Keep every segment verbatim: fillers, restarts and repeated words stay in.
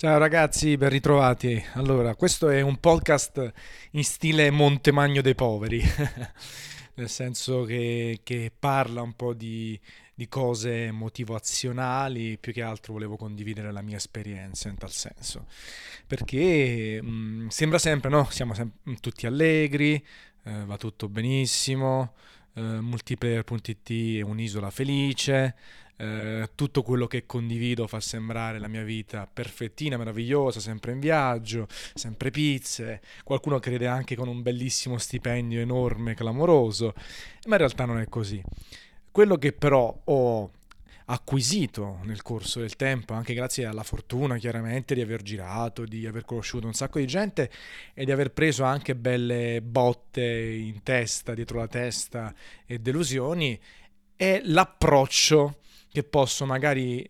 Ciao ragazzi, ben ritrovati. Allora, questo è un podcast in stile Montemagno dei Poveri, nel senso che, che parla un po' di, di cose motivazionali, più che altro volevo condividere la mia esperienza in tal senso, perché mh, sembra sempre, no? Siamo sem- tutti allegri, eh, va tutto benissimo, eh, multiplayer punto it è un'isola felice, eh, tutto quello che condivido fa sembrare la mia vita perfettina, meravigliosa, sempre in viaggio, sempre pizze, qualcuno crede anche con un bellissimo stipendio enorme, clamoroso, ma in realtà non è così. Quello che però ho acquisito nel corso del tempo, anche grazie alla fortuna chiaramente di aver girato, di aver conosciuto un sacco di gente e di aver preso anche belle botte in testa, dietro la testa e delusioni, è l'approccio che posso magari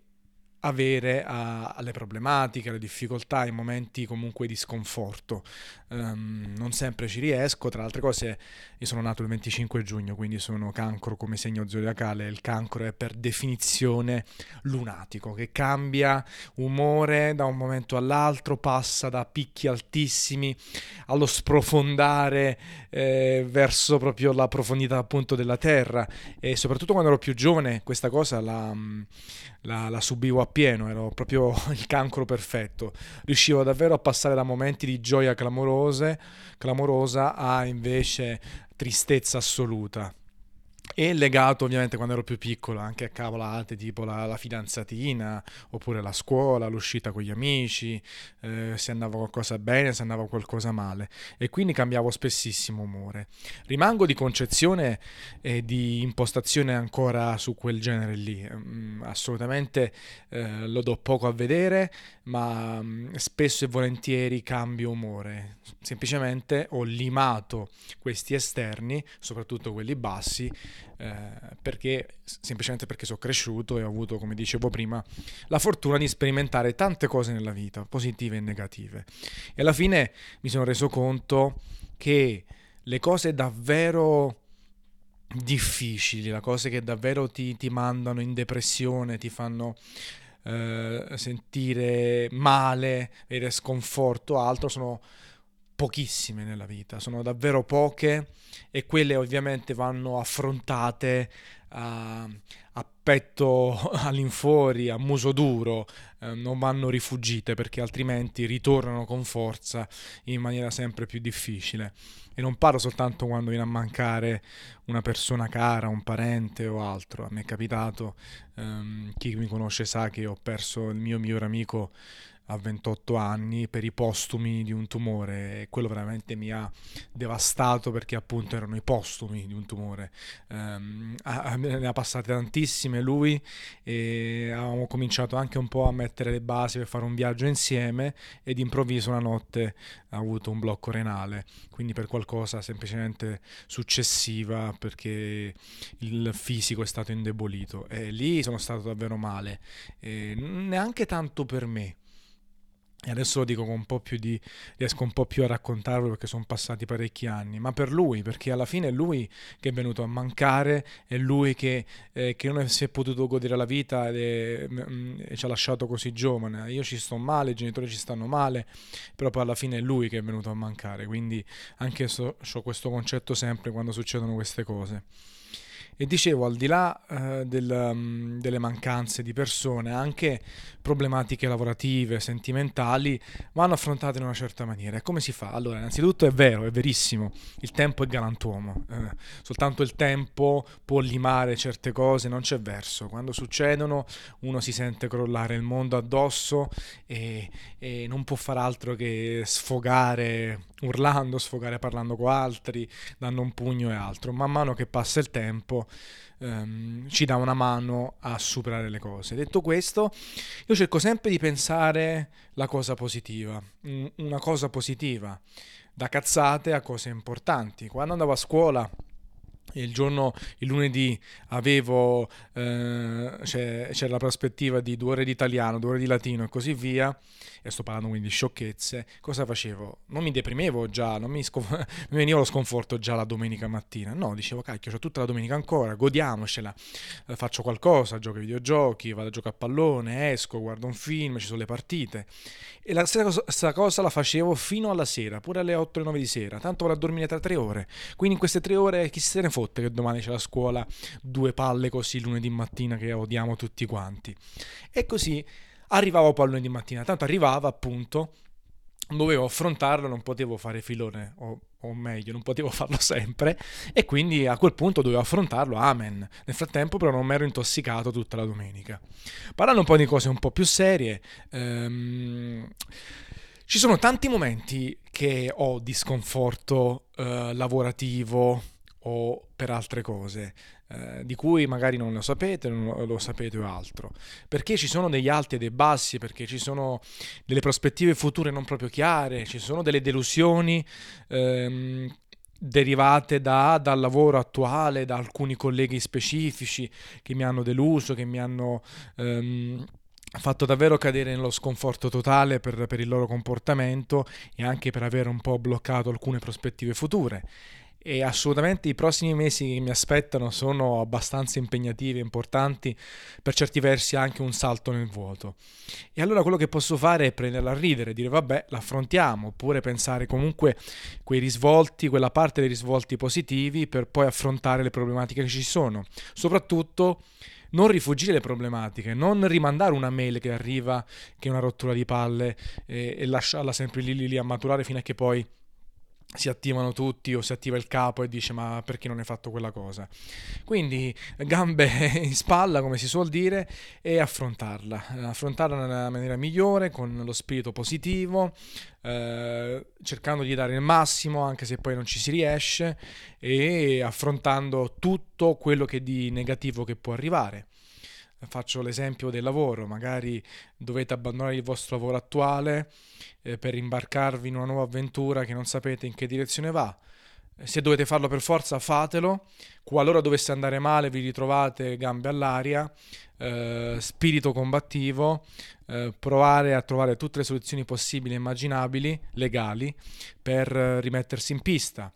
avere a- alle problematiche, alle difficoltà, ai momenti comunque di sconforto. Ehm, non sempre ci riesco, tra le altre cose io sono nato il venticinque giugno, quindi sono cancro come segno zodiacale, il cancro è per definizione lunatico, che cambia umore da un momento all'altro, passa da picchi altissimi allo sprofondare eh, verso proprio la profondità appunto della terra, e soprattutto quando ero più giovane questa cosa la, la, la subivo appieno, ero proprio il cancro perfetto, riuscivo davvero a passare da momenti di gioia clamorose, clamorosa a invece tristezza assoluta. E legato ovviamente quando ero più piccolo anche a cavolate tipo la, la fidanzatina, oppure la scuola, l'uscita con gli amici, eh, se andava qualcosa bene, se andava qualcosa male. E quindi cambiavo spessissimo umore. Rimango di concezione e di impostazione ancora su quel genere lì. Mm, assolutamente eh, lo do poco a vedere, ma mm, spesso e volentieri cambio umore. Semplicemente ho limato questi esterni, soprattutto quelli bassi, eh, perché semplicemente perché sono cresciuto e ho avuto, come dicevo prima, la fortuna di sperimentare tante cose nella vita, positive e negative. E alla fine mi sono reso conto che le cose davvero difficili, le cose che davvero ti, ti mandano in depressione, ti fanno eh, sentire male, avere sconforto, altro, sono pochissime nella vita, sono davvero poche, e quelle ovviamente vanno affrontate a, a petto all'infuori, a muso duro, eh, non vanno rifugite perché altrimenti ritornano con forza in maniera sempre più difficile. E non parlo soltanto quando viene a mancare una persona cara, un parente o altro. A me è capitato, ehm, chi mi conosce sa che ho perso il mio migliore amico a ventotto anni per i postumi di un tumore, e quello veramente mi ha devastato perché appunto erano i postumi di un tumore. Um, ne ha passate tantissime lui, e avevamo cominciato anche un po' a mettere le basi per fare un viaggio insieme, ed improvviso una notte ha avuto un blocco renale, quindi per qualcosa semplicemente successiva, perché il fisico è stato indebolito, e lì sono stato davvero male, e neanche tanto per me. E adesso lo dico con un po' più di, riesco un po' più a raccontarlo perché sono passati parecchi anni, ma per lui, perché alla fine è lui che è venuto a mancare, è lui che, eh, che non si è potuto godere la vita e, mm, e ci ha lasciato così giovane. Io ci sto male, i genitori ci stanno male, però poi alla fine è lui che è venuto a mancare, quindi anche so, ho questo concetto sempre quando succedono queste cose. E dicevo, al di là eh, del, um, delle mancanze di persone, anche problematiche lavorative, sentimentali, vanno affrontate in una certa maniera. E come si fa? Allora, innanzitutto è vero, è verissimo, il tempo è galantuomo, eh, soltanto il tempo può limare certe cose, non c'è verso. Quando succedono uno si sente crollare il mondo addosso, e, e non può far altro che sfogare urlando, sfogare parlando con altri, dando un pugno e altro. Man mano che passa il tempo ehm, ci dà una mano a superare le cose. Detto questo, io cerco sempre di pensare la cosa positiva, una cosa positiva, da cazzate a cose importanti. Quando andavo a scuola Il giorno, il lunedì avevo, eh, c'è- c'era la prospettiva di due ore di italiano, due ore di latino e così via, e sto parlando quindi di sciocchezze. Cosa facevo? Non mi deprimevo già, non mi, scon- mi veniva lo sconforto già la domenica mattina. No, dicevo, cacchio, c'ho tutta la domenica ancora, godiamocela. Eh, faccio qualcosa, gioco ai videogiochi, vado a giocare a pallone, esco, guardo un film, ci sono le partite. E la stessa cosa, stessa cosa la facevo fino alla sera, pure alle otto o nove di sera, tanto vado a dormire tra tre ore. Quindi in queste tre ore chi se ne fotte che domani c'è la scuola, due palle così lunedì mattina che odiamo tutti quanti. E così arrivavo poi al lunedì mattina, tanto arrivava appunto, dovevo affrontarlo, non potevo fare filone, o, o meglio, non potevo farlo sempre, e quindi a quel punto dovevo affrontarlo, amen. Nel frattempo però non mi ero intossicato tutta la domenica. Parlando un po' di cose un po' più serie, ehm, ci sono tanti momenti che ho di sconforto eh, lavorativo o per altre cose, eh, di cui magari non lo sapete, non lo sapete o altro, perché ci sono degli alti e dei bassi, perché ci sono delle prospettive future non proprio chiare, ci sono delle delusioni ehm, derivate da- dal lavoro attuale, da alcuni colleghi specifici che mi hanno deluso, che mi hanno ehm, fatto davvero cadere nello sconforto totale per, per il loro comportamento e anche per aver un po' bloccato alcune prospettive future. E assolutamente i prossimi mesi che mi aspettano sono abbastanza impegnativi e importanti, per certi versi anche un salto nel vuoto. E allora quello che posso fare è prenderla a ridere, dire vabbè, l'affrontiamo, oppure pensare comunque quei risvolti, quella parte dei risvolti positivi per poi affrontare le problematiche che ci sono. Soprattutto non rifugire le problematiche, non rimandare una mail che arriva, che è una rottura di palle, e, e lasciarla sempre lì, lì, lì a maturare fino a che poi si attivano tutti o si attiva il capo e dice ma perché non hai fatto quella cosa. Quindi gambe in spalla, come si suol dire, e affrontarla affrontarla nella maniera migliore, con lo spirito positivo, eh, cercando di dare il massimo anche se poi non ci si riesce, e affrontando tutto quello che di negativo che può arrivare. Faccio l'esempio del lavoro, magari dovete abbandonare il vostro lavoro attuale eh, per imbarcarvi in una nuova avventura che non sapete in che direzione va. Se dovete farlo per forza, fatelo. Qualora dovesse andare male, vi ritrovate gambe all'aria, eh, spirito combattivo, eh, provare a trovare tutte le soluzioni possibili e immaginabili, legali, per eh, rimettersi in pista.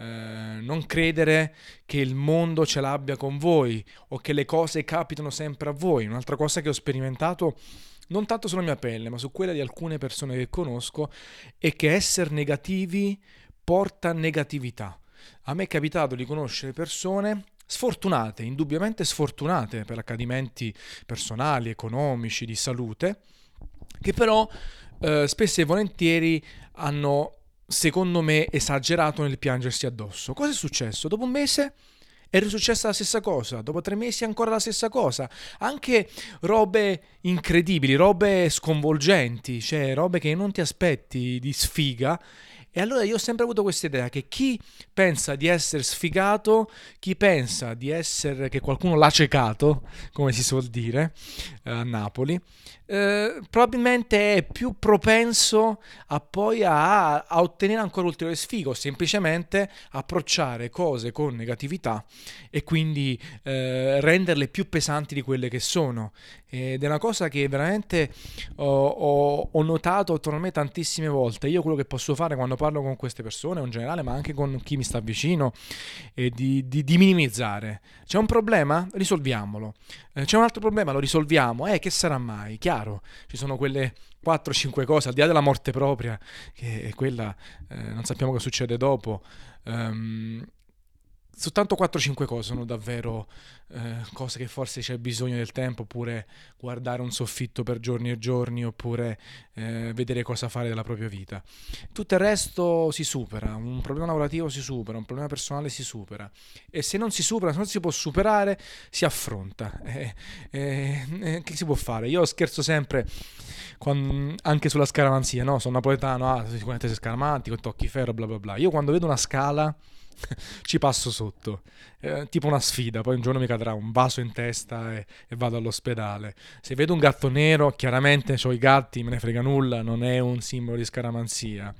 Eh, non credere che il mondo ce l'abbia con voi o che le cose capitano sempre a voi. Un'altra cosa che ho sperimentato non tanto sulla mia pelle, ma su quella di alcune persone che conosco, è che essere negativi porta negatività. A me è capitato di conoscere persone sfortunate, indubbiamente sfortunate per accadimenti personali, economici, di salute, che però eh, spesso e volentieri hanno, secondo me, esagerato nel piangersi addosso. Cosa è successo? Dopo un mese è risuccessa la stessa cosa, dopo tre mesi ancora la stessa cosa, anche robe incredibili, robe sconvolgenti, cioè robe che non ti aspetti di sfiga. E allora io ho sempre avuto questa idea che chi pensa di essere sfigato, chi pensa di essere che qualcuno l'ha cecato, come si suol dire eh, a Napoli, eh, probabilmente è più propenso a poi a, a ottenere ancora ulteriore sfiga o semplicemente approcciare cose con negatività e quindi eh, renderle più pesanti di quelle che sono. Ed è una cosa che veramente ho, ho, ho notato attorno a me tantissime volte. Io quello che posso fare quando parlo con queste persone, in generale, ma anche con chi mi sta vicino, è di, di, di minimizzare. C'è un problema? Risolviamolo. Eh, c'è un altro problema? Lo risolviamo. Eh, che sarà mai? Chiaro, ci sono quelle quattro cinque cose, al di là della morte propria, che è quella, eh, non sappiamo cosa succede dopo. Um, Soltanto quattro cinque cose sono davvero eh, cose che forse c'è bisogno del tempo, oppure guardare un soffitto per giorni e giorni, oppure eh, vedere cosa fare della propria vita. Tutto il resto si supera, un problema lavorativo si supera, un problema personale si supera, e se non si supera, se non si può superare, si affronta. Eh, eh, eh, che si può fare? Io scherzo sempre quando, anche sulla scaramanzia, no? Sono napoletano, ah, sicuramente sei scaramantico, tocchi ferro, bla bla bla. Io quando vedo una scala ci passo sotto, eh, tipo una sfida, poi un giorno mi cadrà un vaso in testa e, e vado all'ospedale. Se vedo un gatto nero, chiaramente ho i gatti, me ne frega nulla, non è un simbolo di scaramanzia.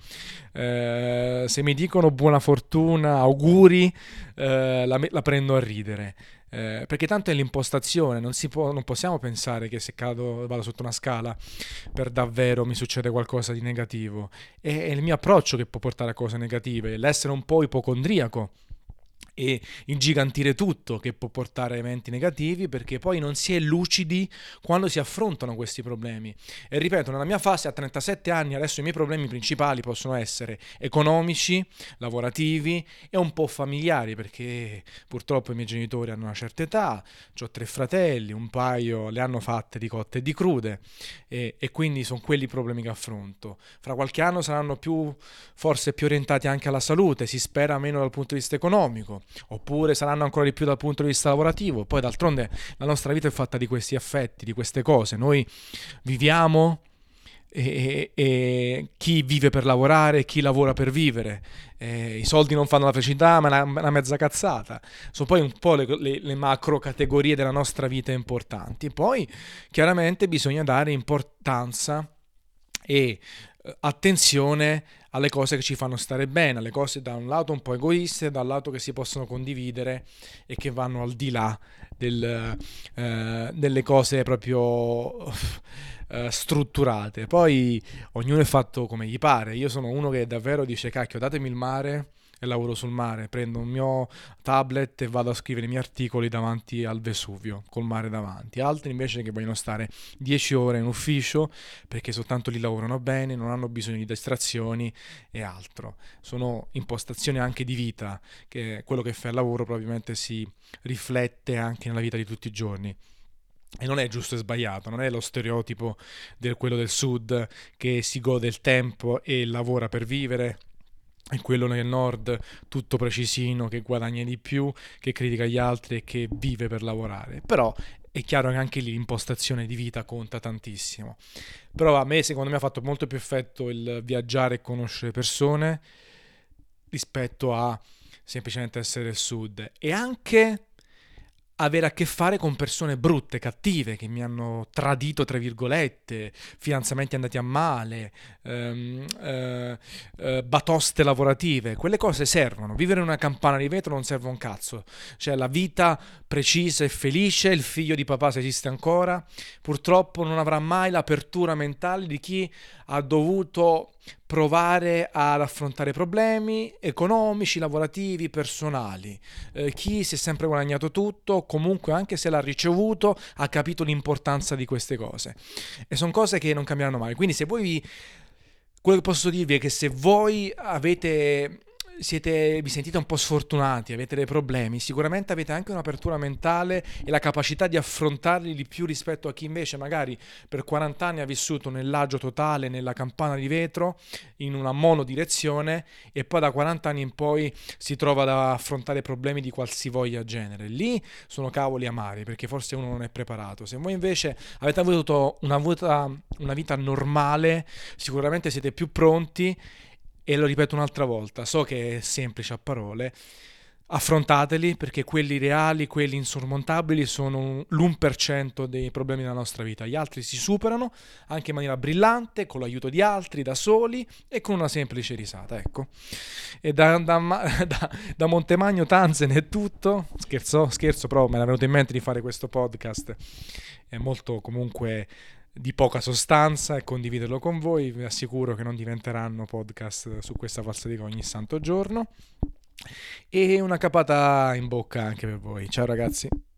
Eh, se mi dicono buona fortuna, auguri, eh, la, la prendo a ridere. Eh, perché tanto è l'impostazione, non, si può, non possiamo pensare che se cado, vado sotto una scala, per davvero mi succede qualcosa di negativo. È, è il mio approccio che può portare a cose negative, l'essere un po' ipocondriaco e ingigantire tutto che può portare a eventi negativi, perché poi non si è lucidi quando si affrontano questi problemi. E ripeto, nella mia fase a trentasette anni adesso i miei problemi principali possono essere economici, lavorativi e un po' familiari, perché purtroppo i miei genitori hanno una certa età, ho tre fratelli, un paio le hanno fatte di cotte e di crude, e, e quindi sono quelli i problemi che affronto. Fra qualche anno saranno più, forse più orientati anche alla salute, si spera meno dal punto di vista economico, oppure saranno ancora di più dal punto di vista lavorativo. Poi d'altronde la nostra vita è fatta di questi affetti, di queste cose. Noi viviamo e, e, e chi vive per lavorare, chi lavora per vivere. Eh, I soldi non fanno la felicità, ma è una, una mezza cazzata. Sono poi un po' le, le, le macro categorie della nostra vita importanti. Poi chiaramente bisogna dare importanza e eh, attenzione alle cose che ci fanno stare bene, alle cose da un lato un po' egoiste, dal lato che si possono condividere e che vanno al di là del, eh, delle cose proprio eh, strutturate. Poi ognuno è fatto come gli pare. Io sono uno che davvero dice cacchio, datemi il mare e lavoro sul mare, prendo un mio tablet e vado a scrivere i miei articoli davanti al Vesuvio, col mare davanti. Altri invece che vogliono stare dieci ore in ufficio perché soltanto lì lavorano bene, non hanno bisogno di distrazioni e altro. Sono impostazioni anche di vita, che quello che fai al lavoro probabilmente si riflette anche nella vita di tutti i giorni. E non è giusto e sbagliato, non è lo stereotipo del quello del sud che si gode il tempo e lavora per vivere, e quello nel nord tutto precisino, che guadagna di più, che critica gli altri e che vive per lavorare. Però è chiaro che anche lì l'impostazione di vita conta tantissimo. Però a me secondo me ha fatto molto più effetto il viaggiare e conoscere persone rispetto a semplicemente essere del sud, e anche avere a che fare con persone brutte, cattive, che mi hanno tradito, tra virgolette, fidanzamenti andati a male, ehm, eh, eh, batoste lavorative. Quelle cose servono. Vivere in una campana di vetro non serve un cazzo. Cioè la vita precisa e felice, il figlio di papà, se esiste ancora, purtroppo non avrà mai l'apertura mentale di chi ha dovuto provare ad affrontare problemi economici, lavorativi, personali. Eh, chi si è sempre guadagnato tutto, comunque anche se l'ha ricevuto, ha capito l'importanza di queste cose. E sono cose che non cambieranno mai. Quindi se voi vi... quello che posso dirvi è che se voi avete... Siete, vi sentite un po' sfortunati, avete dei problemi, sicuramente avete anche un'apertura mentale e la capacità di affrontarli di più rispetto a chi invece magari per quaranta anni ha vissuto nell'agio totale, nella campana di vetro, in una monodirezione, e poi da quaranta anni in poi si trova ad affrontare problemi di qualsivoglia genere. Lì sono cavoli amari, perché forse uno non è preparato. Se voi invece avete avuto una vita, una vita normale, sicuramente siete più pronti. E lo ripeto un'altra volta, so che è semplice a parole, affrontateli, perché quelli reali, quelli insormontabili sono l'uno per cento dei problemi della nostra vita. Gli altri si superano anche in maniera brillante, con l'aiuto di altri, da soli e con una semplice risata, ecco. E da, da, da, da Montemagno Tanzen è tutto. Scherzo, scherzo, però me era venuto in mente di fare questo podcast. È molto comunque di poca sostanza, e condividerlo con voi. Vi assicuro che non diventeranno podcast su questa falsariga ogni santo giorno. E una capata in bocca anche per voi. Ciao ragazzi.